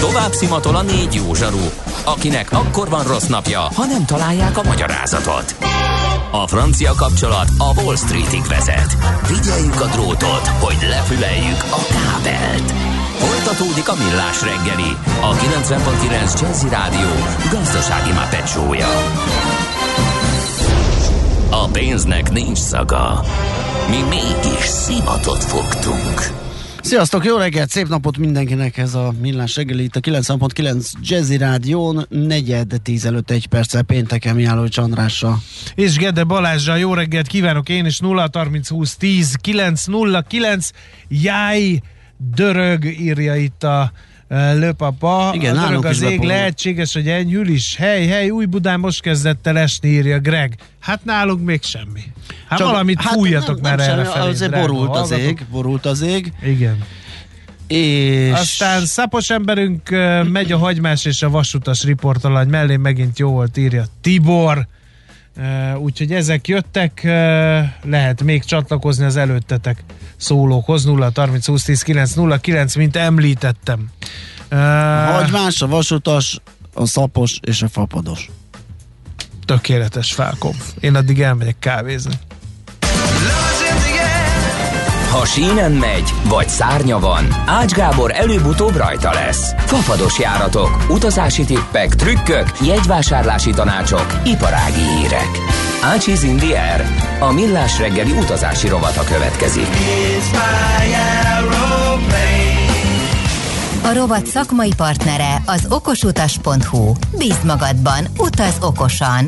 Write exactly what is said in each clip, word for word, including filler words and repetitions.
Tovább szimatol a négy jó zsaru, akinek akkor van rossz napja, ha nem találják a magyarázatot. A francia kapcsolat a Wall Streetig vezet. Figyeljük a drótot, hogy lefüleljük a kábelt. Folytatódik a Millás reggeli, a kilencven pont kilenc Jazzy Rádió gazdasági mápecsója. A pénznek nincs szaga. Mi mégis szimatot fogtunk. Sziasztok, jó reggelt, szép napot mindenkinek, ez a Millás reggeli itt a kilencven pont kilenc Jazzy Rádión, negyed tíz előtt egy perccel pénteken Mihálovics Andrással. És Gede Balázsral, jó reggelt kívánok én is, nulla harminc húsz tíz kilenc nulla kilenc, jáj, dörög, írja itt a Lőpapa. Igen, a dörög az ég, bepolul. Lehetséges, hogy enyhül is. Hely, hely, Újbudán most kezdett el esni, írja Greg. Hát nálunk még semmi. Hát Csak, valamit hát fújjatok nem, már erre felé. Azért borult az ég, borult az ég. Igen. És... Aztán szapos emberünk megy a hagymás és a vasutas riportalany mellé, megint jó volt, írja Tibor. Úgyhogy ezek jöttek, lehet még csatlakozni az előttetek szólókhoz. Nulla harminc húsz tíz kilenc nulla kilenc, mint említettem. A hagymás, a vasutas, a szapos és a fapados. Tökéletes felkonf. Én addig elmegyek kávézni. Ha sínen megy, vagy szárnya van, Ács Gábor előbb-utóbb rajta lesz. Fafados járatok, utazási tippek, trükkök, jegyvásárlási tanácsok, iparági hírek. Ácsiz in the air. A Millás reggeli utazási rovata következik. A rovat szakmai partnere az okosutas pont hu. Bízd magadban, utaz okosan!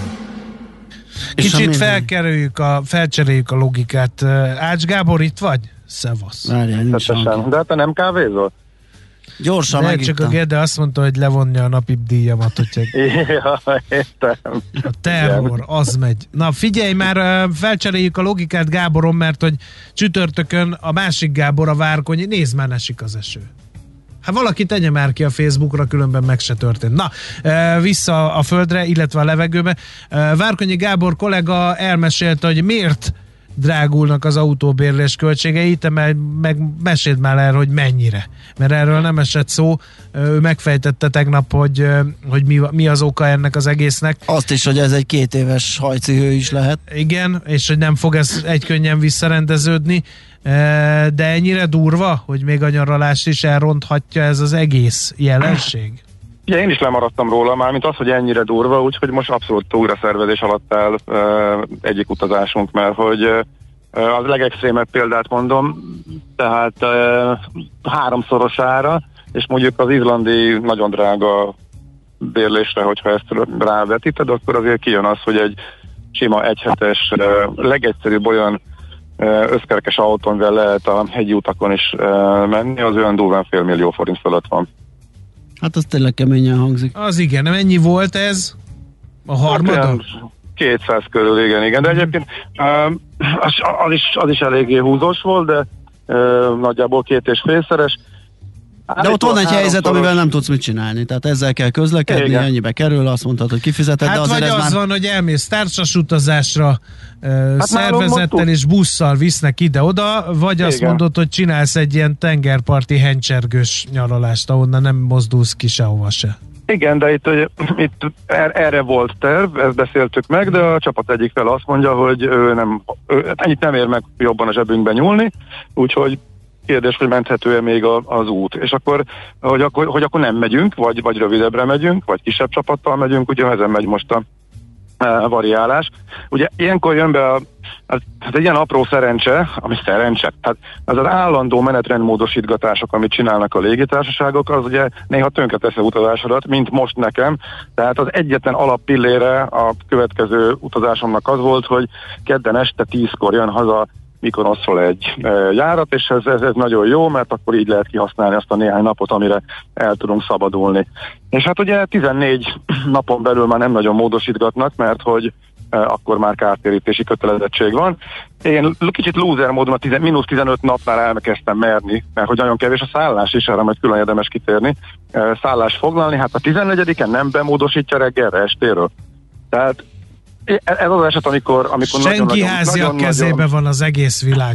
Kicsit felkerüljük a, felcseréljük a logikát. Ács Gábor, itt vagy? Szevasz. Várjál, nincs hang. De te nem kávézol? Gyorsan De megittem. csak a Gede azt mondta, hogy levonja a napi díjamat, hogyha Ja, értem. a terror, az megy. Na figyelj már, felcseréljük a logikát, Gáborom, mert hogy csütörtökön a másik Gábor, a Várkonyi, nézd már, esik az eső. Hát valaki tegye már ki a Facebookra, különben meg se történt. Na, vissza a földre, illetve a levegőbe. Várkonyi Gábor kollega elmesélte, hogy miért drágulnak az autóbérlés költségei, te meg, meg meséld már el, hogy mennyire. Mert erről nem esett szó. Ő megfejtette tegnap, hogy, hogy mi, mi az oka ennek az egésznek. Azt is, hogy ez egy két éves hajcihő is lehet. Igen, és hogy nem fog ez egykönnyen visszarendeződni. De ennyire durva, hogy még a nyaralást is elronthatja ez az egész jelenség? Ja, én is lemaradtam róla, mármint az, hogy ennyire durva, úgyhogy most abszolút újraszervezés alatt áll uh, egyik utazásunk, mert hogy uh, az legextrémebb példát mondom, tehát uh, háromszorosára, és mondjuk az izlandi nagyon drága bérlésre, hogyha ezt rávetíted, akkor azért kijön az, hogy egy sima egyhetes, uh, legegyszerűbb olyan összkerekes autón, mivel lehet a hegyi utakon is uh, menni, az olyan durván fél millió forint fölött van. Hát az tényleg keményen hangzik. Az igen, mennyi volt ez? A harmada? Hát, kétszáz körül, igen, igen. De egyébként uh, az, az, is, az is eléggé húzós volt, de uh, nagyjából két és félszeres. De ott van egy helyzet, amivel nem tudsz mit csinálni, tehát ezzel kell közlekedni, igen. Ennyibe kerül, azt mondtad, hogy kifizeted, hát de azért vagy ez az már... van, hogy elmész társas utazásra, hát szervezettel és busszal visznek ide-oda, vagy igen. Azt mondod, hogy csinálsz egy ilyen tengerparti hencsergős nyaralást, ahonnan nem mozdulsz ki sehova se. Igen, de itt, itt erre volt terv, ezt beszéltük meg, de a csapat egyik fel azt mondja, hogy ő nem, ő, ennyit nem ér meg jobban a zsebünkbe nyúlni, úgyhogy kérdés, hogy menthető-e még a, az út. És akkor hogy, akkor, hogy akkor nem megyünk, vagy, vagy rövidebbre megyünk, vagy kisebb csapattal megyünk, ugye ezen megy most a, a variálás. Ugye ilyenkor jön be a, az, az egy ilyen apró szerencse, ami szerencse, hát az az állandó menetrendmódosítgatások, amit csinálnak a légitársaságok, az ugye néha tönkretesz a utazásodat, mint most nekem. Tehát az egyetlen alappillére a következő utazásomnak az volt, hogy kedden este tízkor jön haza Mykonoszról egy e, járat, és ez, ez, ez nagyon jó, mert akkor így lehet kihasználni azt a néhány napot, amire el tudunk szabadulni. És hát ugye tizennégy napon belül már nem nagyon módosítgatnak, mert hogy e, akkor már kártérítési kötelezettség van. Én kicsit lúzer módon a tíz, mínusz tizenöt napnál elkezdtem merni, mert hogy nagyon kevés a szállás is, erre majd külön érdemes kitérni, e, szállás foglalni, hát a tizennegyediken nem bemódosítja reggelre estéről. Tehát ez az eset, amikor... amikor senki háziak kezébe van az egész világ.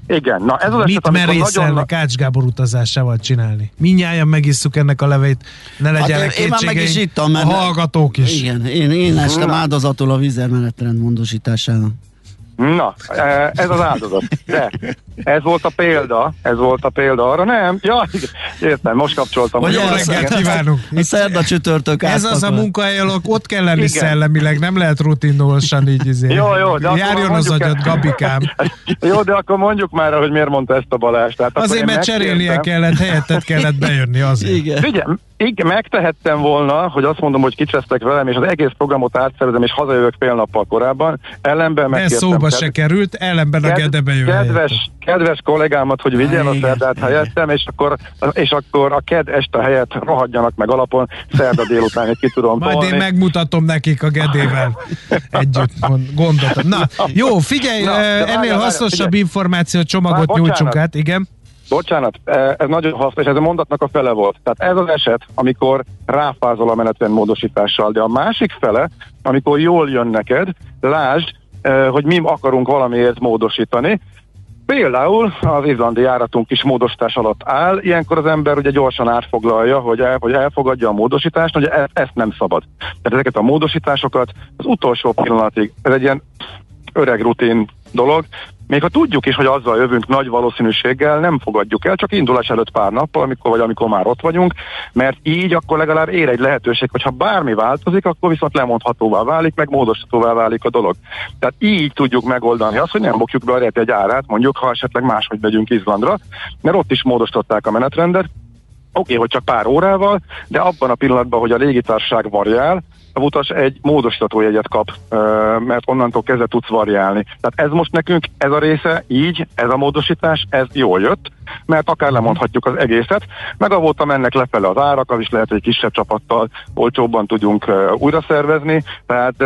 Igen, na ez az mit eset, merészelnek nagyon... Ács Gábor utazásával csinálni? Mindnyájan megisszuk ennek a leveit, ne legyenek hát én már meg is kétségeink, ittam, mert a hallgatók is. Igen, én, én estem áldozatul a vízermenetrend módosításának. Na, ez az áldozat. De ez volt a példa, ez volt a példa arra, nem? Ja, értem, most kapcsoltam. Jó reggelt kívánunk! A szerda csütörtök Ez az a munkahely, ahol ott kell lenni Igen. szellemileg, nem lehet rutinosan így izé. Jó, jó, de járjon az agyad, Gabikám. Jó, de akkor mondjuk már, hogy miért mondta ezt a Balázs. Tehát azért, mert cserélnie kellett, helyettet kellett bejönni azért. Igen. Figyelj, igen, megtehettem volna, hogy azt mondom, hogy kicsesztek velem, és az egész programot átszervezem, és hazajövök fél nappal korábban. Ellenben megkértem. Ez szóba ked- se került, ellenben a ked- Gede bejön. kedves, kedves kollégámat, hogy vigyen Há, a igen, szerdát igen. helyettem, és akkor, és akkor a ked este helyett rohadjanak meg alapon, szerda délután ki tudom Majd tolni. én megmutatom nekik a Gedével együtt gond- gondoltam. Na, jó, figyelj, Na, Na, de ennél várjál, hasznosabb várjál, információ csomagot Már nyújtsunk bocsánat. át, igen. Bocsánat, ez nagyon hasznos, ez a mondatnak a fele volt. Tehát ez az eset, amikor ráfázol a menetrend módosítással, de a másik fele, amikor jól jön neked, lásd, hogy mi akarunk valamiért módosítani. Például az izlandi járatunk is módosítás alatt áll, ilyenkor az ember ugye gyorsan átfoglalja, hogy, el, hogy elfogadja a módosítást, hogy ezt, ezt nem szabad. Tehát ezeket a módosításokat az utolsó pillanatig, ez egy ilyen öreg rutin dolog, még ha tudjuk is, hogy azzal jövünk nagy valószínűséggel, nem fogadjuk el, csak indulás előtt pár nappal, amikor vagy amikor már ott vagyunk, mert így akkor legalább ér egy lehetőség, hogy ha bármi változik, akkor viszont lemondhatóvá válik, meg módosítóvá válik a dolog. Tehát így tudjuk megoldani azt, hogy nem bukjuk be a repjegy árát, mondjuk, ha esetleg máshogy megyünk Izlandra, mert ott is módosították a menetrendet, oké, okay, hogy csak pár órával, de abban a pillanatban, hogy a légitársaság variál, a utas egy módosítatójegyet kap, mert onnantól kezdve tudsz variálni. Tehát ez most nekünk, ez a része így, ez a módosítás, ez jól jött, mert akár lemondhatjuk az egészet, meg avóta mennek lefele az árak, az is lehet, hogy kisebb csapattal olcsóbban tudjunk újra szervezni, tehát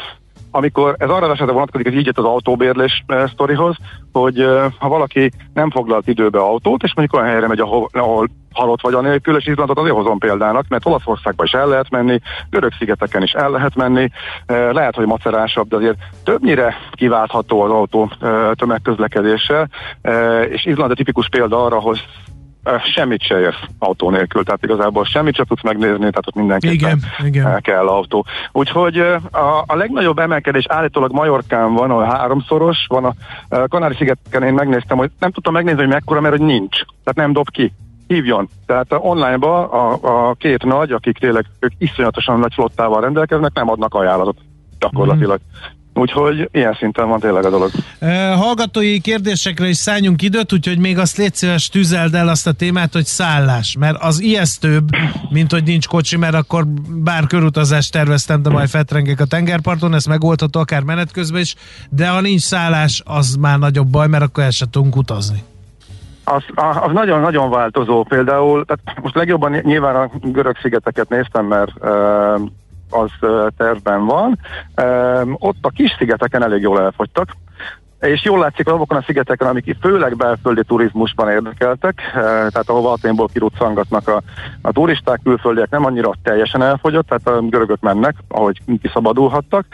amikor ez arra esetre vonatkozik, hogy így jött az autóbérlés uh, sztorihoz, hogy uh, ha valaki nem foglalt időbe autót, és mondjuk olyan helyre megy, ahol, ahol halott vagy anélkül, és Izlandot azért hozom példának, mert Olaszországba is el lehet menni, Görög-szigeteken is el lehet menni, uh, lehet, hogy macerásabb, de azért többnyire kiváltható az autó uh, tömegközlekedéssel, uh, és Izland a tipikus példa arra, hogy semmit se érsz autó nélkül, tehát igazából semmit sem tudsz megnézni, tehát ott mindenképpen Igen, igen. kell autó. Úgyhogy a, a legnagyobb emelkedés állítólag Majorkán van, a háromszoros, van a Kanári-szigeteken, én megnéztem, hogy nem tudtam megnézni, hogy mekkora, mert hogy nincs, tehát nem dob ki. Hívjon. Tehát online-ba a, a két nagy, akik tényleg ők iszonyatosan nagy flottával rendelkeznek, nem adnak ajánlatot gyakorlatilag. Mm. Úgyhogy ilyen szinten van tényleg a dolog. Hallgatói kérdésekre is szálljunk időt, úgyhogy még azt légy szíves, tüzeld el azt a témát, hogy szállás, mert az ijesztőbb, mint hogy nincs kocsi, mert akkor bár körutazást terveztem, de majd fetrengek a tengerparton, ez megoldható akár menet közben is, de ha nincs szállás, az már nagyobb baj, mert akkor el se tudunk utazni. Az, az nagyon-nagyon változó például, tehát most legjobban nyilván a Görög-szigeteket néztem, mert uh, az tervben van. Ott a kis szigeteken elég jól elfogytak, és jól látszik azokon a szigeteken, amik főleg belföldi turizmusban érdekeltek, tehát ahova Athénból kiruccangatnak a, a turisták, külföldiek nem annyira teljesen elfogyott, tehát a görögök mennek, ahogy kiszabadulhattak.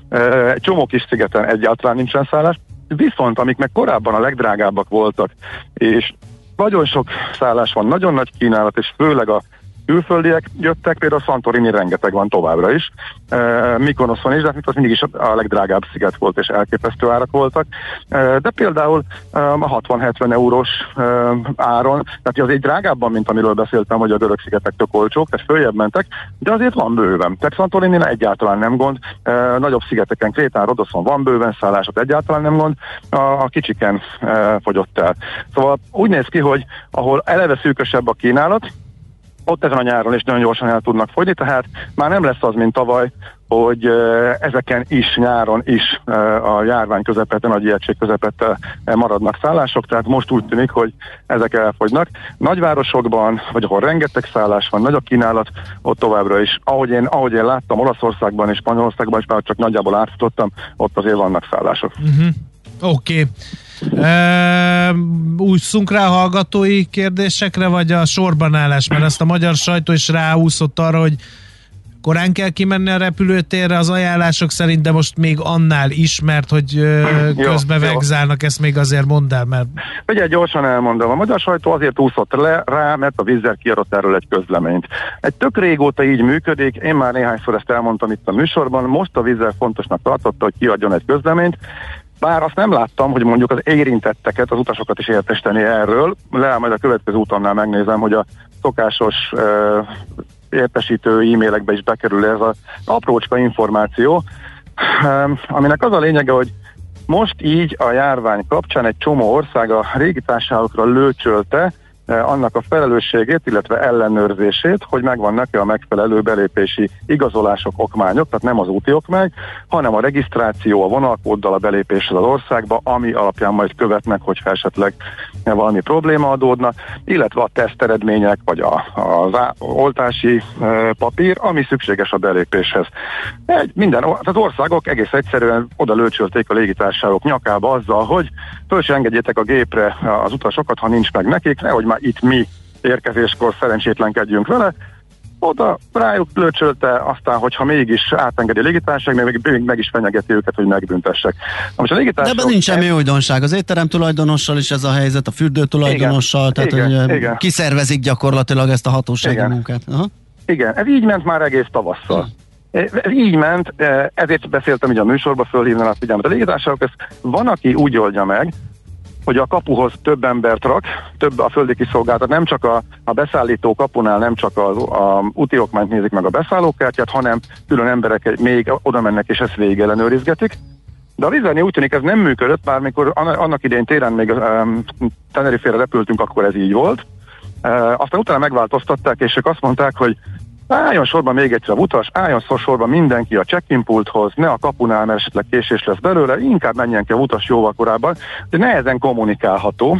Egy csomó kis szigeten egyáltalán nincsen szállás, viszont amik meg korábban a legdrágábbak voltak, és nagyon sok szállás van, nagyon nagy kínálat, és főleg a külföldiek jöttek, például a Santorini rengeteg van továbbra is, e, Mykonoszon is, de az mindig is a legdrágább sziget volt, és elképesztő árak voltak, e, de például e, a hatvan-hetven eurós e, áron, tehát azért drágábban, mint amiről beszéltem, hogy a görög szigetek tök olcsók, tehát följebb mentek, de azért van bőven. Tehát Santorini egyáltalán nem gond, e, nagyobb szigeteken, Krétán, Rodoszon van bőven szállások, egyáltalán nem gond, a, a kicsiken e, fogyott el. Szóval úgy néz ki, hogy ahol eleve szűkösebb a kínálat, ott ezen a nyáron is nagyon gyorsan el tudnak fogyni, tehát már nem lesz az, mint tavaly, hogy uh, ezeken is, nyáron is uh, a járvány közepette, nagy ijegység közepette uh, maradnak szállások, tehát most úgy tűnik, hogy ezek elfogynak. Nagyvárosokban, vagy ahol rengeteg szállás van, nagy a kínálat, ott továbbra is. Ahogy én, ahogy én láttam Olaszországban és Spanyolországban is, már csak nagyjából átfutottam, ott azért vannak szállások. Uh-huh. Oké. Okay. Uh, ússzunk rá hallgatói kérdésekre, vagy a sorbanállás, mert ezt a magyar sajtó is ráúszott arra, hogy korán kell kimenni a repülőtérre az ajánlások szerint, de most még annál is, mert hogy ö, közben vegzálnak, ezt még azért mondd el, mert... Ugye gyorsan elmondom, a magyar sajtó azért úszott le rá, mert a Wizz Air kiadott erről egy közleményt. Egy tök régóta így működik, én már néhányszor ezt elmondtam itt a műsorban, most a Wizz Air fontosnak tartotta, hogy kiadjon egy közleményt, bár azt nem láttam, hogy mondjuk az érintetteket, az utasokat is értesíteni erről, le majd a következő útonnál megnézem, hogy a szokásos uh, értesítő e-mailekbe is bekerül ez az aprócska információ, um, aminek az a lényege, hogy most így a járvány kapcsán egy csomó ország a légitársaságokra lőcsölte annak a felelősségét, illetve ellenőrzését, hogy megvannak-e a megfelelő belépési igazolások, okmányok, tehát nem az úti okmány, hanem a regisztráció, a vonalkóddal a belépéshez az országba, ami alapján majd követnek, hogyha esetleg valami probléma adódna, illetve a teszteredmények, vagy a, az oltási e, papír, ami szükséges a belépéshez. Egy, minden, az országok egész egyszerűen oda lőcsölték a légitársaságok nyakába azzal, hogy föl se engedjétek a gépre az utasokat, ha nincs meg nekik, nehogy már itt mi érkezéskor szerencsétlenkedjünk vele, oda rájuk lőcsölte, aztán, hogyha mégis átengedi a légitársaság, még, még meg is fenyegeti őket, hogy megbüntessek. De ebben nincs semmi ez... újdonság. Az étterem tulajdonossal is ez a helyzet, a fürdő tulajdonossal, igen, tehát igen, igen. Kiszervezik gyakorlatilag ezt a hatósági igen. munkát. Aha. Igen, ez így ment már egész tavasszal. Hmm. Ez így ment, ezért beszéltem ugye a műsorba, fölhívnám a figyelmet a légitársaságok, ezt van, aki úgy oldja meg, hogy a kapuhoz több embert rak, több a földi kiszolgáltat, nem csak a, a beszállító kapunál, nem csak az a úti okmányt nézik meg a beszállókártyát, hanem külön emberek még oda mennek és ezt végig ellenőrizgetik. De a Wizz Airnél úgy tűnik ez nem működött, bár mikor annak idején téren még um, Tenerifére repültünk, akkor ez így volt. Uh, aztán utána megváltoztatták, és ők azt mondták, hogy álljon sorban még egyszer a utas, álljon sorban mindenki a check-in pulthoz, ne a kapunál, mert esetleg késés lesz belőle, inkább menjen ki a utas jóval korábban. De nehezen kommunikálható,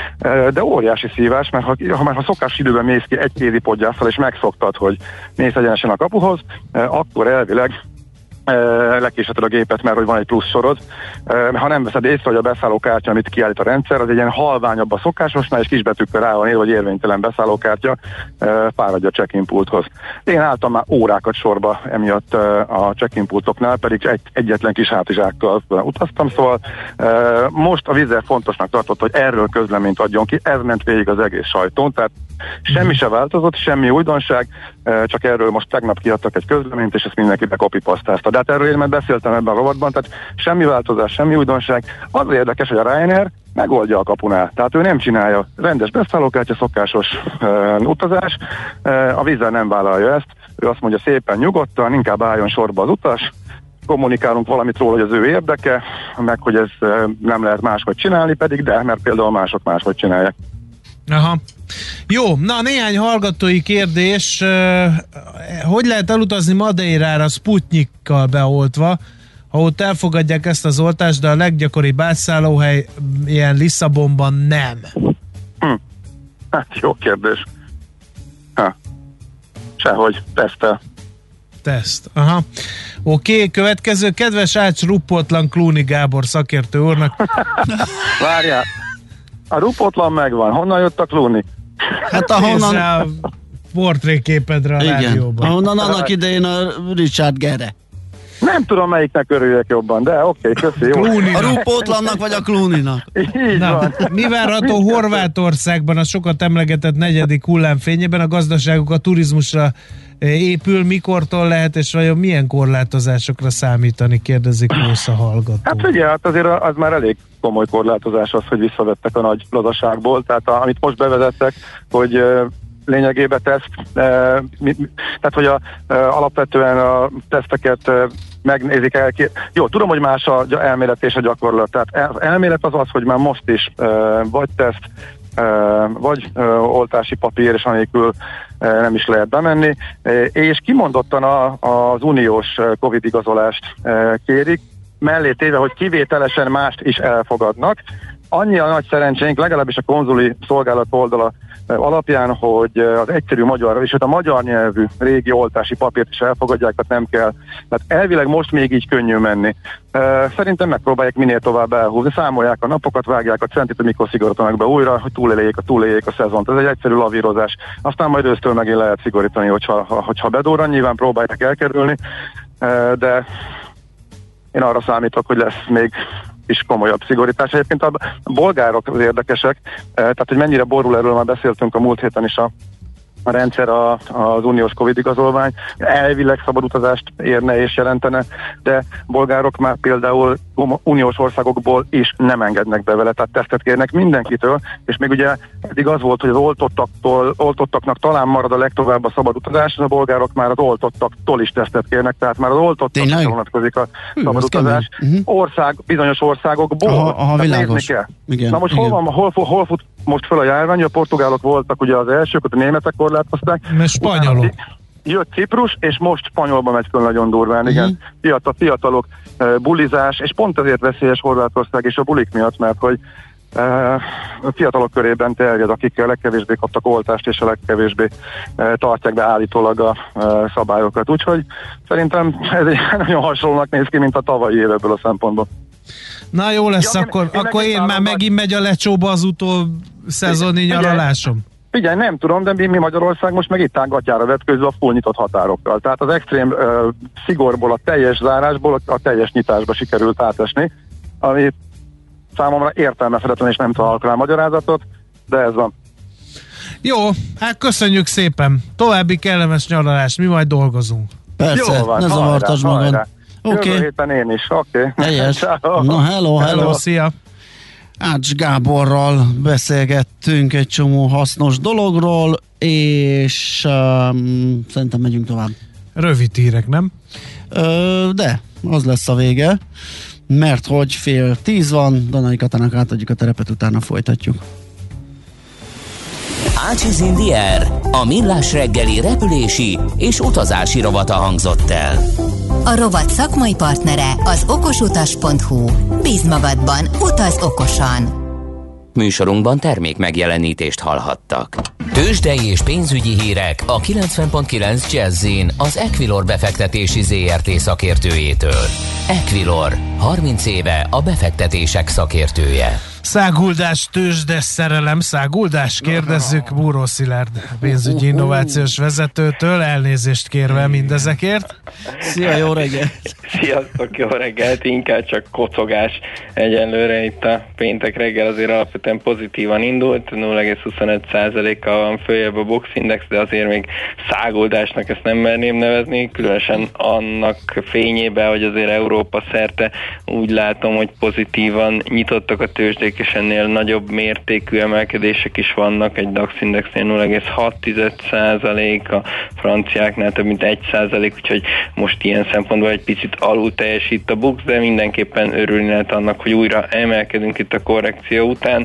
de óriási szívás, mert ha, ha már ha szokás időben mész ki egy kézi podgyásszal, és megszoktad, hogy mész egyenesen a kapuhoz, akkor elvileg lekésheted a gépet, mert hogy van egy plusz sorod. Ha nem veszed észre, hogy a beszállókártya, amit kiállít a rendszer, az egy ilyen halványabb a szokásosnál, és kisbetűkkel rá van írva, hogy érvénytelen beszállókártya, fáradj a check-in pulthoz. Én álltam már órákat sorba emiatt a check-in pultoknál, pedig egy, egyetlen kis hátizsákkal utaztam, szóval most a Wizz Air fontosnak tartott, hogy erről közleményt adjon ki, ez ment végig az egész sajtón, tehát semmi se változott, semmi újdonság, csak erről most tegnap kiadtak egy közleményt, és ezt mindenki bekopipasztázta. De hát erről én már beszéltem ebben a rovatban, tehát semmi változás, semmi újdonság. Az érdekes, hogy a Ryanair megoldja a kapunál. Tehát ő nem csinálja rendes beszállókártya, szokásos uh, utazás. Uh, a Wizz Air nem vállalja ezt. Ő azt mondja szépen nyugodtan, inkább álljon sorba az utas, kommunikálunk valamit róla, hogy az ő érdeke, meg hogy ez uh, nem lehet máshogy csinálni, pedig de, mert például mások máshogy csinálják. Aha. Jó, na néhány hallgatói kérdés. Hogy lehet elutazni Madeirára Sputnikkal beoltva, ha ott elfogadják ezt az oltást, de a leggyakoribb átszállóhely ilyen Lisszabonban nem? Hm. Hát jó kérdés. Ha. Sehogy, tesztel. Teszt, aha. Oké, okay, következő. Kedves Ács Ruppoltlan Clooney Gábor szakértő úrnak. Várjál. A Ruppoltlan megvan. Honnan jött a Clooney? Hát ahonnan... a portréképedre a igen, rádióban. ahonnan annak idején a Richard Gere. Nem tudom, melyiknek örüljek jobban, de oké, okay, köszi, jó. A Ruppoltlannak vagy a Clooney-nak? Így Na, van. Mi várható Horvátországban a sokat emlegetett negyedik hullám fényében? A gazdaságuk a turizmusra épül, mikortól lehet, és vajon milyen korlátozásokra számítani, kérdezik most a hallgató. Hát ugye, hát azért az már elég komoly korlátozás az, hogy visszavettek a nagy lazaságból, tehát a, amit most bevezettek, hogy uh, lényegében teszt, uh, mi, mi, tehát hogy a, uh, alapvetően a teszteket uh, megnézik el ki. Jó, tudom, hogy más az elmélet és a gyakorlat, tehát az elmélet az az, hogy már most is uh, vagy teszt, Uh, vagy uh, oltási papír, és anélkül uh, nem is lehet bemenni, uh, és kimondottan a, az uniós uh, Covid igazolást uh, kérik, mellé téve, hogy kivételesen mást is elfogadnak, annyi a nagy szerencsénk, legalábbis a konzuli szolgálat oldala alapján, hogy az egyszerű magyar, és a magyar nyelvű régi oltási papírt is elfogadják, tehát nem kell. Tehát elvileg most még így könnyű menni. Szerintem megpróbálják minél tovább elhúzni, számolják a napokat, vágják a centit, hogy mikor szigorítanak be újra, hogy túléljék a túléljék a szezont. Ez egy egyszerű lavírozás. Aztán majd ősztől megint lehet szigorítani, hogyha, hogyha bedurran, nyilván próbálják elkerülni, de én arra számítok, hogy lesz még is komolyabb szigorítás. Egyébként a bolgárok az érdekesek, tehát hogy mennyire borul, erről már beszéltünk a múlt héten is a a rendszer, a, az uniós Covid igazolvány elvileg szabad utazást érne és jelentene, de bolgárok már például uniós országokból is nem engednek be vele, tehát tesztet kérnek mindenkitől, és még ugye eddig az volt, hogy az oltottaktól, oltottaknak talán marad a legtovább a szabad utazás, és a bolgárok már az oltottaktól is tesztet kérnek, tehát már az oltottaknak vonatkozik a Hű, szabad utazás. Uh-huh. Ország, bizonyos országokból. Aha, aha, világos. Kell. Igen, Na most igen. hol van, hol, hol fut most föl a járvány? A portugálok voltak ugye az elsők, a németek korlátozták. Mert spanyolok. Jött Ciprus, és most Spanyolba megy föl nagyon durván, uh-huh. igen. Fiatal, fiatalok, uh, bulizás, és pont ezért veszélyes Horvátország és a bulik miatt, mert hogy uh, a fiatalok körében terjed, akik a legkevésbé kaptak oltást, és a legkevésbé uh, tartják be állítólag a uh, szabályokat. Úgyhogy szerintem ez egy nagyon hasonlónak néz ki, mint a tavalyi év ebből a szempontból. Na jó lesz, ja, akkor én, én, akkor én már megint megy a lecsóba az utó szezoni nyaralásom. Figyelj, nem tudom, de mi, mi Magyarország most meg itt ágatjára vetközve a full nyitott határokkal. Tehát az extrém uh, szigorból, a teljes zárásból a, a teljes nyitásba sikerült átesni, ami számomra értelmezhetetlen és nem találok rá magyarázatot, de ez van. Jó, hát köszönjük szépen. További kellemes nyaralást, mi majd dolgozunk. Persze, Jó van, ne zavartasd magad. Oké. Okay. Héten én is, oké. Okay. Helyes. Na, hello, hello. Hello, szia. Ács Gáborral beszélgettünk egy csomó hasznos dologról, és um, szerintem megyünk tovább. Rövid hírek, nem? Ö, de, az lesz a vége, mert hogy fél tíz van, Danai Katának átadjuk a terepet, utána folytatjuk. Ácsiz in the Air, a millás reggeli repülési és utazási rovata hangzott el. A rovat szakmai partnere az okosutas pont hu. Bízd magadban, utaz okosan! Műsorunkban termék megjelenítést hallhattak. Tőzsdei és pénzügyi hírek a kilencven pont kilenc Jazz-in az Equilor befektetési zé er té szakértőjétől. Equilor, harminc éve a befektetések szakértője. Száguldás, tőzsde, szerelem, száguldás? Kérdezzük Búró Szilárd pénzügyi innovációs vezetőtől, elnézést kérve mindezekért. Szia, jó reggelt! Sziasztok, jó reggelt! Inkább csak kocogás egyenlőre. Itt a péntek reggel azért alapvetően pozitívan indult, nulla egész huszonöt százalékkal van följebb a Bux Index, de azért még száguldásnak ezt nem merném nevezni, különösen annak fényében, hogy azért Európa szerte úgy látom, hogy pozitívan nyitottak a tőzsdék, és ennél nagyobb mértékű emelkedések is vannak, egy DAX Indexnél nulla egész hat százalék, a franciáknál több mint egy százalék, úgyhogy most ilyen szempontból egy picit alul teljesít a Bux, de mindenképpen örülni lehet annak, hogy újra emelkedünk itt a korrekció után.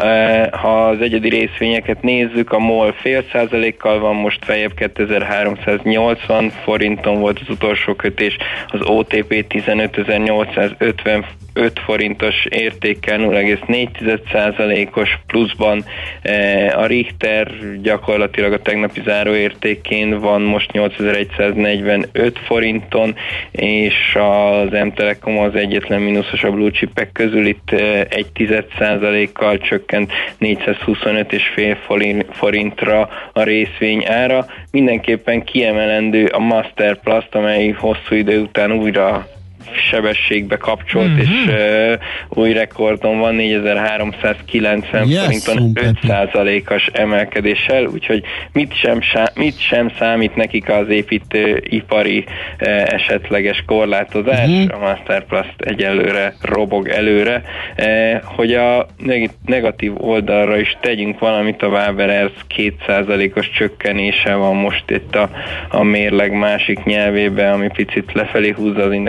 Ha az egyedi részvényeket nézzük, a MOL fél százalékkal van most feljebb, kétezer-háromszáznyolcvan forinton volt az utolsó kötés, az o té pé tizenötezer-nyolcszázötvenöt forintos értékkel nulla egész négy százalékos pluszban, a Richter gyakorlatilag a tegnapi záróértékén van most nyolcezer-száznegyvenöt forinton, és az M-Telekom az egyetlen mínuszos a blue chipek közül, itt egy tized százalékkal csökkent négyszázhuszonöt egész öt forintra a részvény ára. Mindenképpen kiemelendő a Masterplast, amely hosszú idő után újra sebességbe kapcsolt, mm-hmm. és uh, új rekordon van, négyezer-háromszázkilencven yes, forinton öt százalékos emelkedéssel, úgyhogy mit sem, mit sem számít nekik az építőipari uh, esetleges korlátozás, mm-hmm. a Masterplast egyelőre robog előre, uh, hogy a negatív oldalra is tegyünk valamit, a Waberers két százalékos csökkenése van most itt a, a mérleg másik nyelvébe, ami picit lefelé húzza az indexet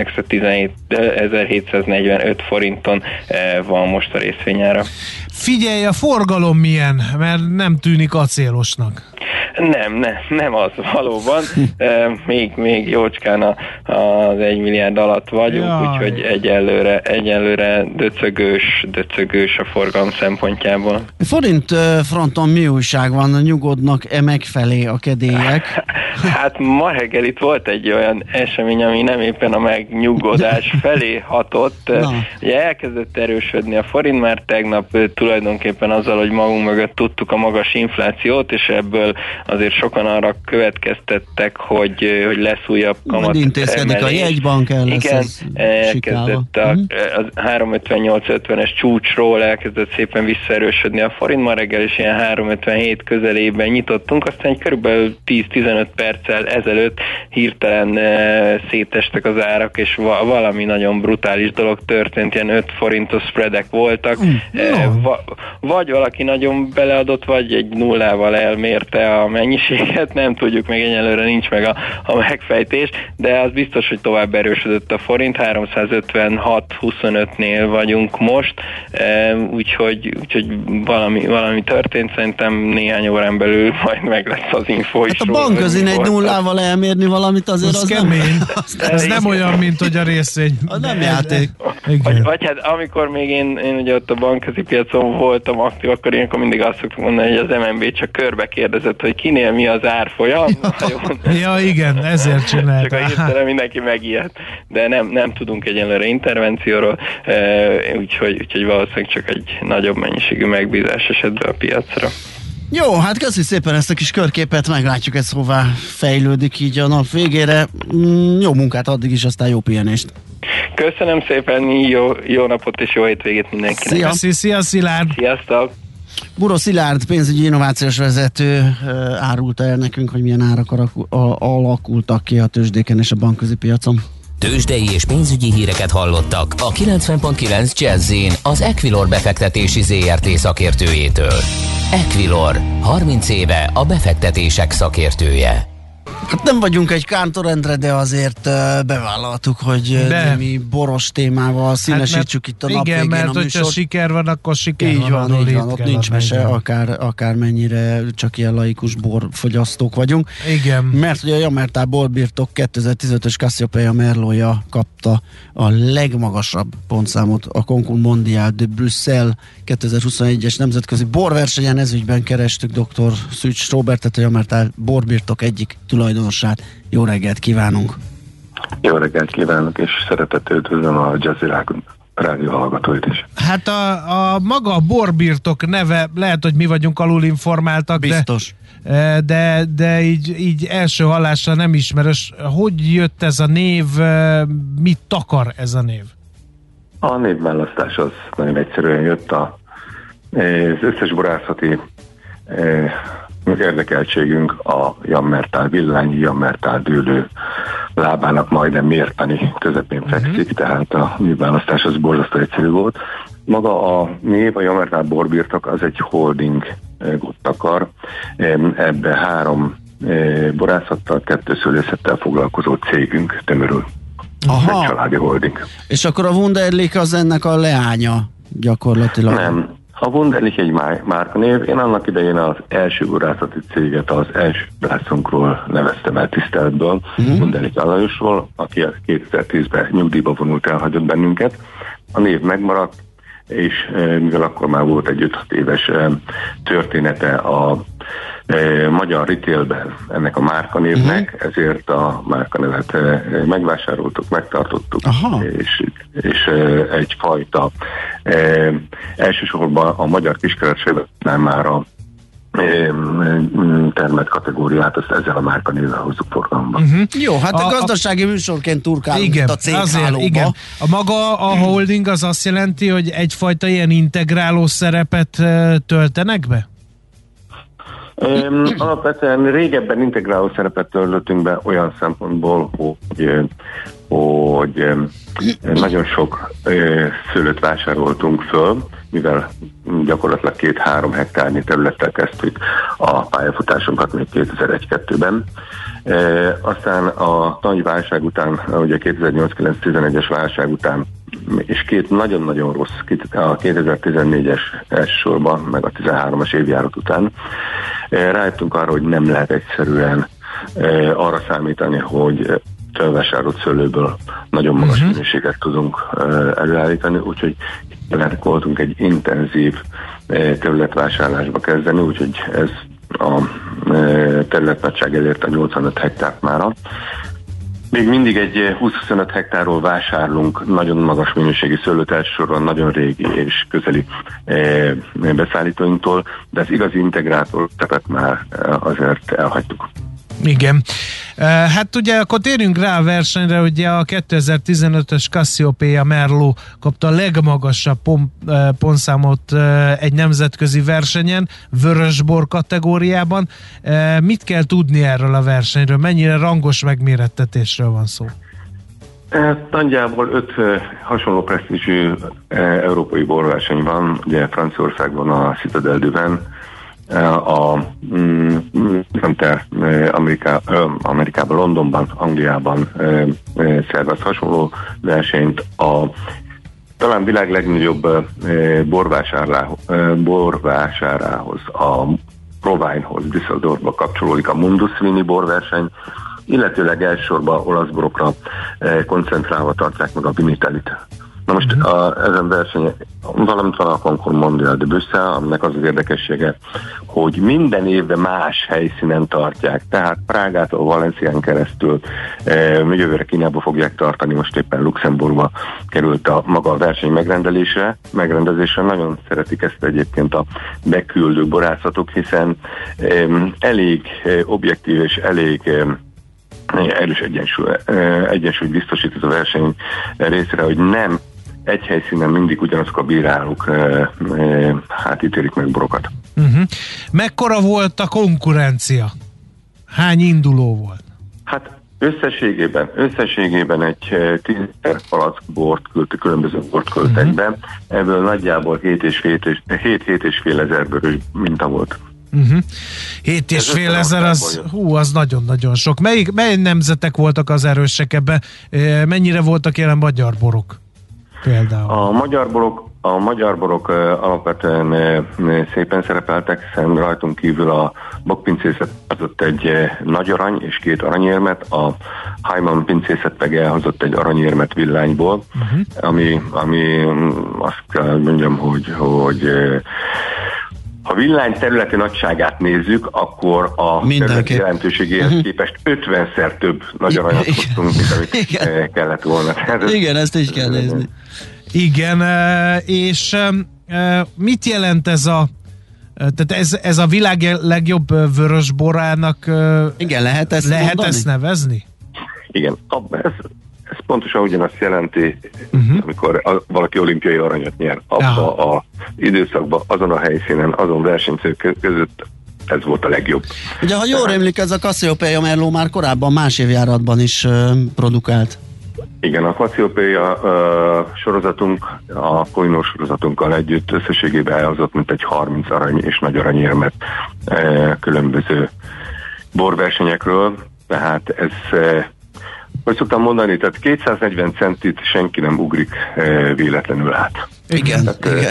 ezerhétszáznegyvenöt forinton van most a részvényára. Figyelj, a forgalom milyen, mert nem tűnik acélosnak. Nem, nem, nem az valóban. még, még jócskán a, az egy milliárd alatt vagyunk, Jaj. úgyhogy egyelőre, egyelőre döcögős, döcögős a forgalom szempontjából. Forint fronton mi újság van? Nyugodnak-e megfelé a kedélyek? Hát ma reggel itt volt egy olyan esemény, ami nem éppen a megnyugodás felé hatott. Na. Ugye elkezdett erősödni a forint már tegnap tulajdonképpen azzal, hogy magunk mögött tudtuk a magas inflációt, és ebből azért sokan arra következtettek, hogy, hogy lesz újabb kamat. Majd intézkedik a jegybank, el lesz. Igen, elkezdett a, a három ötvennyolc ötvenes csúcsról elkezdett szépen visszaerősödni a forint, ma reggel is ilyen három ötvenhét közelében nyitottunk, aztán körülbelül tíz-tizenöt perccel ezelőtt hirtelen e, szétestek az árak, és va- valami nagyon brutális dolog történt, ilyen öt forintos spreadek voltak, mm, e, va- vagy valaki nagyon beleadott, vagy egy nullával elmérte a mennyiséget, nem tudjuk, még egyelőre nincs meg a, a megfejtés, de az biztos, hogy tovább erősödött a forint, háromszázötvenhat huszonötnél vagyunk most, e, úgyhogy, úgyhogy valami, valami történt, szerintem néhány órán belül majd meg lesz az info is. Hát a banközin egy nullával elmérni valamit azért az, az kemény. Nem, ez nem olyan, mint hogy a részvény. Az nem játék. Vagy, vagy hát amikor még én, én ugye ott a bankközi piacon voltam aktív, akkor ilyenkor mindig azt szoktam mondani, hogy az em en bé csak körbe kérdezett, hogy kinél mi az árfolyam. Ja, ja igen, ezért csinálta. Csak a hirtelen mindenki megijedt, de nem, nem tudunk egyenlőre intervencióról, úgyhogy, úgyhogy valószínűleg csak egy nagyobb mennyiségű megbízás esetben a piacra. Jó, hát köszi szépen ezt a kis körképet, meglátjuk ez hová fejlődik így a nap végére. Jó munkát addig is, aztán jó pihenést. Köszönöm szépen, jó, jó napot és jó hétvégét mindenkinek. Szia, szia, szia Szilárd! Sziasztok! Buro Szilárd, pénzügyi innovációs vezető árulta el nekünk, hogy milyen árak alakultak ki a tőzsdéken és a bankközi piacon. Tőzsdei és pénzügyi híreket hallottak a kilencven pont kilenc Jazz-in az Equilor befektetési zé er té szakértőjétől. Equilor, harminc éve a befektetések szakértője. Hát nem vagyunk egy kántorrendre, de azért uh, bevállaltuk, hogy de. mi boros témával színesítsük hát, itt a nap végén. Igen, mert a hogyha siker van, akkor siker így van. van, így van, ott nincs mese, akár, akár mennyire csak ilyen laikus borfogyasztók vagyunk. Igen. Mert ugye a Jammertal borbirtok kétezer-tizenötös Cassiopeia Merlotja kapta a legmagasabb pontszámot a Concours Mondial de Bruxelles kétezer-huszonegyes nemzetközi borversenyen. Ezügyben kerestük dr. Szűcs Robertet, a Jammertal borbirtok egyik tulajdonosát. Jó reggelt kívánunk! Jó reggelt kívánok, és szeretettel üdvözlöm a Jazzy Rádió hallgatóit is. Hát a, a maga a borbirtok neve, lehet, hogy mi vagyunk alulinformáltak, biztos. De, de, de így, így első hallásra nem ismerős. Hogy jött ez a név, mit takar ez a név? A névválasztás az nagyon egyszerűen jött. A, az összes borászati érdekeltségünk a Jammertal villányi, Jammertal dőlő lábának majdnem mértani közepén fekszik, uh-huh. tehát a névválasztás az borzasztó egyszerű volt. Maga a név, a Jammertal borbirtok az egy holdingot takar, ebbe három borászattal, kettő szőlészettel foglalkozó cégünk tömörül. Aha. Egy családi holding. És akkor a Wunderlich az ennek a leánya gyakorlatilag? Nem. A Wunderlich egy márkanév. Én annak idején az első borászati céget az első borászunkról neveztem el tiszteletből, uh-huh. Wunderlich Alajosról, aki kétezer-tízben nyugdíjba vonult, elhagyott bennünket. A név megmaradt, és mivel akkor már volt egy öt-hat éves története a e, magyar retailben ennek a márkanévnek, uh-huh. ezért a márkanevet e, megvásároltuk, megtartottuk, Aha. és, és e, egyfajta e, elsősorban a magyar kiskereskedelemben már a termelt kategóriát, azt ezzel a márkanévvel hozzuk forgalomba. Uh-huh. Jó, hát a, a gazdasági műsorként turkálunk igen, a céghálóba. Igen. A maga a holding az azt jelenti, hogy egyfajta ilyen integráló szerepet töltenek be? Um, alapvetően régebben integráló szerepet töltöttünk be olyan szempontból, hogy, hogy nagyon sok szőlőt vásároltunk föl, mivel gyakorlatilag két-három hektárnyi területtel kezdtük a pályafutásunkat még kétezer-egy-kettőben. E, aztán a nagy válság után, ugye kétezer-nyolc-kilenc-tizenegyes válság után, és két nagyon-nagyon rossz, a kétezer-tizennégyes elsősorban, meg a tizenhármas évjárat után e, rájöttünk arra, hogy nem lehet egyszerűen e, arra számítani, hogy felvásárolt szőlőből nagyon magas uh-huh. minőséget tudunk e, előállítani, úgyhogy voltunk egy intenzív területvásárlásba kezdeni, úgyhogy ez a területnagyság elérte a nyolcvanöt hektárt mára. Még mindig egy húsz-huszonöt hektárról vásárlunk nagyon magas minőségi szőlőt, elsősorban nagyon régi és közeli beszállítóinktól, de az igazi integrátor tepet már azért elhagytuk. Igen. Hát ugye akkor térjünk rá a versenyre, ugye a kétezer-tizenötös Cassiopeia Merlot kapta a legmagasabb pont, pontszámot egy nemzetközi versenyen, vörösbor kategóriában. Mit kell tudni erről a versenyről? Mennyire rangos megmérettetésről van szó? Nagyjából öt hasonló presztízsű európai borverseny van, ugye Franciaországban a Citadel du Vin, a Hunter Ameriká, Amerikában, Londonban, Angliában szervez hasonló versenyt. A talán világ legnagyobb borvásárához, a Provinehoz, Düsseldorfba kapcsolódik a Mundus Vini borverseny, illetőleg elsősorban olasz borokra koncentrálva tartják meg a Vinitelit. Na most uh-huh. a, ezen verseny, valamint van a Concours Mondial de Brüsszel, aminek az az érdekessége, hogy minden évben más helyszínen tartják, tehát Prágától Valencián keresztül e, jövőre Kínába fogják tartani, most éppen Luxemburgba került a maga a verseny megrendelésre, megrendezésre. Nagyon szeretik ezt egyébként a beküldő borászatok, hiszen e, elég e, objektív és elég e, erős egyensúly, egyensúlyt biztosít ez a verseny részre, hogy nem egy helyszínen mindig ugyanazok a bírálók hát ítélik meg borokat. Uh-huh. Mekkora volt a konkurencia? Hány induló volt? Hát összességében, összességében egy tízezer palack bort küldte, különböző bort küldtek uh-huh. be, ebből nagyjából hét és fél ezer bőrös minta volt. Uh-huh. hét és fél ezer, az, hú, az nagyon-nagyon sok. Melyik, mely nemzetek voltak az erősek ebben? Mennyire voltak jelen magyar borok? Például. A magyar borok, a magyar borok uh, alapvetően uh, szépen szerepeltek, hiszen rajtunk kívül a bokpincészet hozott egy uh, nagy arany és két aranyérmet, a Heimann pincészet meg elhozott egy aranyérmet villányból, uh-huh. ami, ami azt kell mondjam, hogy, hogy uh, ha villány területi nagyságát nézzük, akkor a területi jelentőségéhez uh-huh. képest ötvenszer több nagy aranyat hoztunk, mint amit igen. kellett volna. Igen, ezt is kell nézni. Igen, és mit jelent ez a tehát ez, ez a világ legjobb vörösborának igen, lehet ezt, lehet ezt nevezni? Igen, ez, ez pontosan ugyanazt jelenti, uh-huh. amikor a, valaki olimpiai aranyat nyer. Abba az időszakban, azon a helyszínen, azon versenyzők között ez volt a legjobb. Ugye, ha jól rémlik, ez a Cassiopeia Merlot már korábban más évjáratban is uh, produkált. Igen, a Cassiopeia uh, sorozatunk, a Koinó sorozatunkkal együtt összességében elhozott mint egy harminc arany és nagy aranyérmet uh, különböző borversenyekről, tehát ez uh, hogy szoktam mondani, tehát kétszáznegyven centit senki nem ugrik e, véletlenül át. Igen, tehát, igen,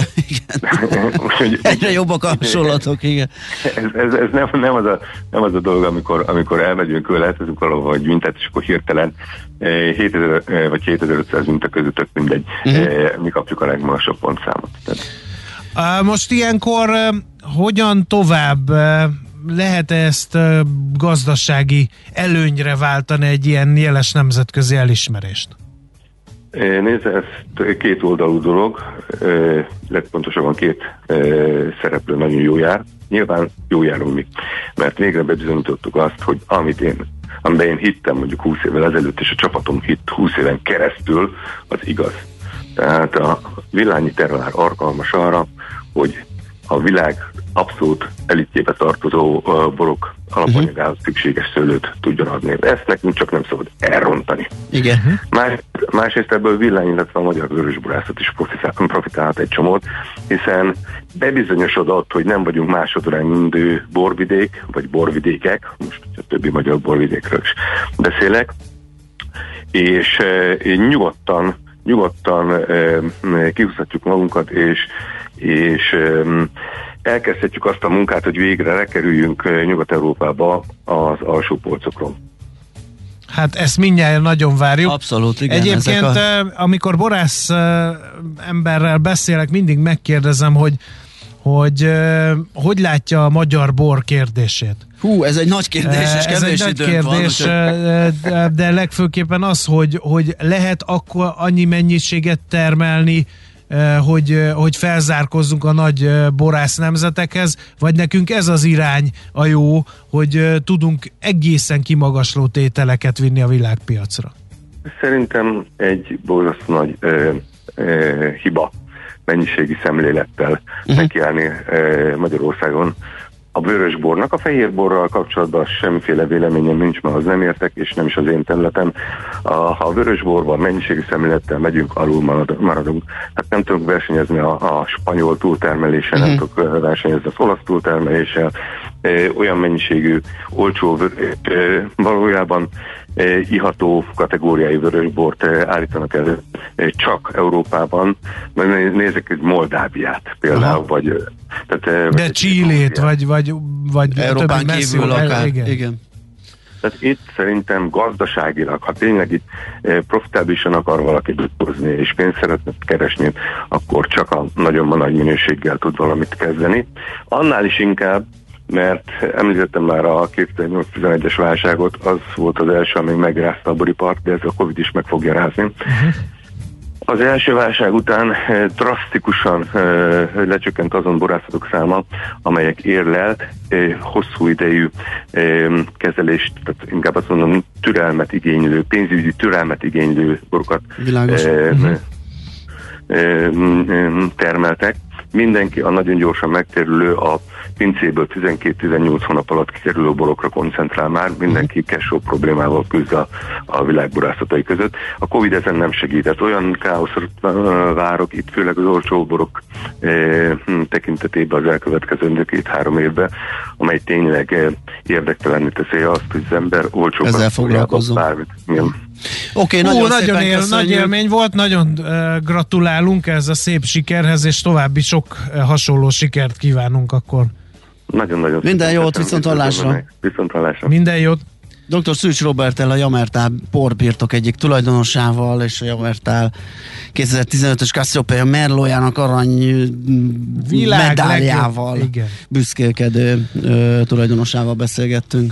igen. Egyre jobbak a hasonlatok, igen. Ez, ez, ez nem, nem, az a, nem az a dolog, amikor, amikor elmegyünk, lehetünk valahol egy mintát, és akkor hirtelen e, hétezer e, vagy hétezer-ötszáz minta között tök mindegy, uh-huh. e, mi kapjuk a legmagasabb pontszámot. Tehát. Most ilyenkor hogyan tovább? Lehet ezt gazdasági előnyre váltani egy ilyen jeles nemzetközi elismerést? Nézd, ez két oldalú dolog, legpontosabban két szereplő nagyon jó jár. Nyilván jó járunk mi, mert végre bebizonyítottuk azt, hogy amit én, amiben én hittem mondjuk húsz évvel ezelőtt, és a csapatom hitt húsz éven keresztül, az igaz. Tehát a villányi terroár alkalmas arra, hogy a világ abszolút elitjébe tartozó uh, borok alapanyagához szükséges szőlőt tudjon adni. Ezt nekünk csak nem szabad elrontani. Igen. Más, másrészt ebből Villány, illetve a magyar vörösborászat is profitálhat egy csomót, hiszen bebizonyosodott, hogy nem vagyunk másodrendű borvidék, vagy borvidékek, most a többi magyar borvidékről is beszélek, és e, nyugodtan, nyugodtan e, kihúzhatjuk magunkat, és, és e, elkezdhetjük azt a munkát, hogy végre lekerüljünk Nyugat-Európába az alsó polcokról. Hát ezt mindjárt nagyon várjuk. Abszolút, igen. Egyébként, a... amikor borász emberrel beszélek, mindig megkérdezem, hogy hogy hogy látja a magyar bor kérdését. Hú, ez egy nagy kérdés, és kevés időnk van. Ez egy nagy kérdés, de legfőképpen az, hogy, hogy lehet akkor annyi mennyiséget termelni, hogy, hogy felzárkozzunk a nagy borász nemzetekhez, vagy nekünk ez az irány a jó, hogy tudunk egészen kimagasló tételeket vinni a világpiacra? Szerintem egy borzasztó nagy ö, ö, hiba mennyiségi szemlélettel uh-huh. nekiállni ö, Magyarországon a vörösbornak. A fehérborral kapcsolatban semmiféle véleményem nincs, mert az nem értek, és nem is az én területem. A, ha a vörösborban mennyiségi szemlélettel megyünk, alul maradunk. Hát nem tudunk versenyezni a, a spanyol túltermeléssel, uh-huh. nem tudunk versenyezni az olasz túltermeléssel. E, olyan mennyiségű, olcsó vörös, e, valójában e, iható kategóriái vörösbort e, állítanak elő e, csak Európában. Nézzük Moldáviát például, uh-huh. vagy tehát, de Chilét, vagy, vagy, vagy Európán kívül akár. Igen. Igen. Tehát itt szerintem gazdaságilag, ha tényleg itt profitábilisan akar valaki dolgozni és pénzt szeretne keresni, akkor csak a nagyon nagy minőséggel tud valamit kezdeni. Annál is inkább, mert említettem már a kétezer-nyolc-tizenegyes válságot, az volt az első, ami megrázta a boripart, de ez a Covid is meg fogja rázni. Uh-huh. Az első válság után drasztikusan lecsökkent azon borászatok száma, amelyek érlelt, hosszú idejű kezelést, tehát inkább azt mondom, türelmet igénylő, pénzügyi türelmet igénylő borokat termeltek. Mindenki a nagyon gyorsan megtérülő, a pincéből tizenkét-tizennyolc hónap alatt kikerülő borokra koncentrál már, mindenki cash-flow problémával küzd a, a világborászatai között. A Covid ezen nem segített. Olyan káoszra várok itt, főleg az olcsó borok e, tekintetében az elkövetkező két-három évben, amely tényleg e, érdektelenné teszi azt, hogy az ember olcsóban ezzel foglalkozzon. Bármit. Oké, okay, nagyon, nagyon él, nagy élmény volt, nagyon uh, gratulálunk ez a szép sikerhez, és további sok uh, hasonló sikert kívánunk akkor. Nagyon-nagyon. Minden jót, viszont hallásra. Viszont hallásra. Minden jót. doktor Szűcs Roberttel, a Jamertál borbirtok egyik tulajdonosával, és a Jamertál kétezer-tizenötös Cassiopeia Merlotjának arany Világ medáljával legjobb, büszkélkedő ö, tulajdonosával beszélgettünk.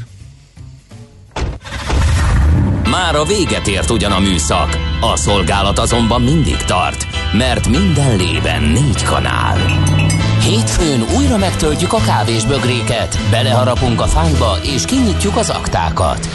Már a véget ért ugyan a műszak, a szolgálat azonban mindig tart, mert minden lében négy kanál. Hétfőn újra megtöltjük a kávésbögréket, beleharapunk a fányba és kinyitjuk az aktákat.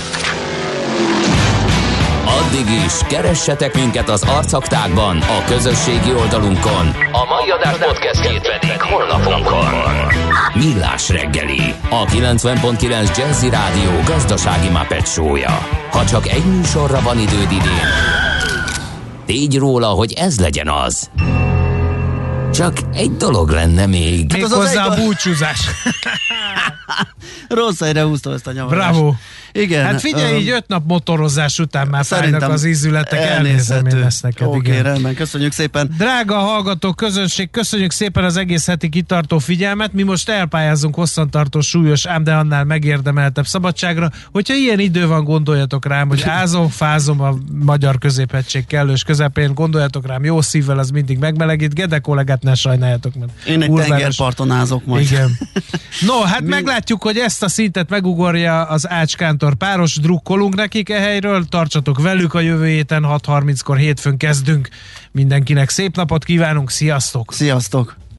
Addig is keressetek minket az arcaktákban, a közösségi oldalunkon, a mai adás podcastjét pedig honlapunkon. Millás reggeli, a kilencven pont kilenc Jazzy Rádió gazdasági Muppet show-ja. Ha csak egy műsorra van időd idén, tégy róla, hogy ez legyen az. Csak egy dolog lenne még. Még hát hozzá a búcsúzás. Rossz helyre húztam ezt a nyavarást. Bravo. Igen. Hát figyelj, um, így öt nap motorozás után már fájnak az ízületek, elnézem én lesz neked. Oké, okay, rendben, köszönjük szépen. Drága hallgató közönség, köszönjük szépen az egész heti kitartó figyelmet. Mi most elpályázunk hosszantartó, súlyos, ám de annál megérdemeltebb szabadságra. Hogyha ilyen idő van, gondoljatok rám, hogy ázom, fázom a magyar középhegység kellős közepén, gondoljatok rám, jó szívvel, az mindig megmelegít. Gede kollégát ne sajnáljatok meg. Én egy tengerparton ázok majd. Igen. No, hát mi... meglátjuk, hogy ezt a szintet megugorja az Ács Kántor páros, drukkolunk nekik e helyről, tartsatok velük a jövő héten, hat harminckor hétfőn kezdünk. Mindenkinek szép napot kívánunk, sziasztok! Sziasztok!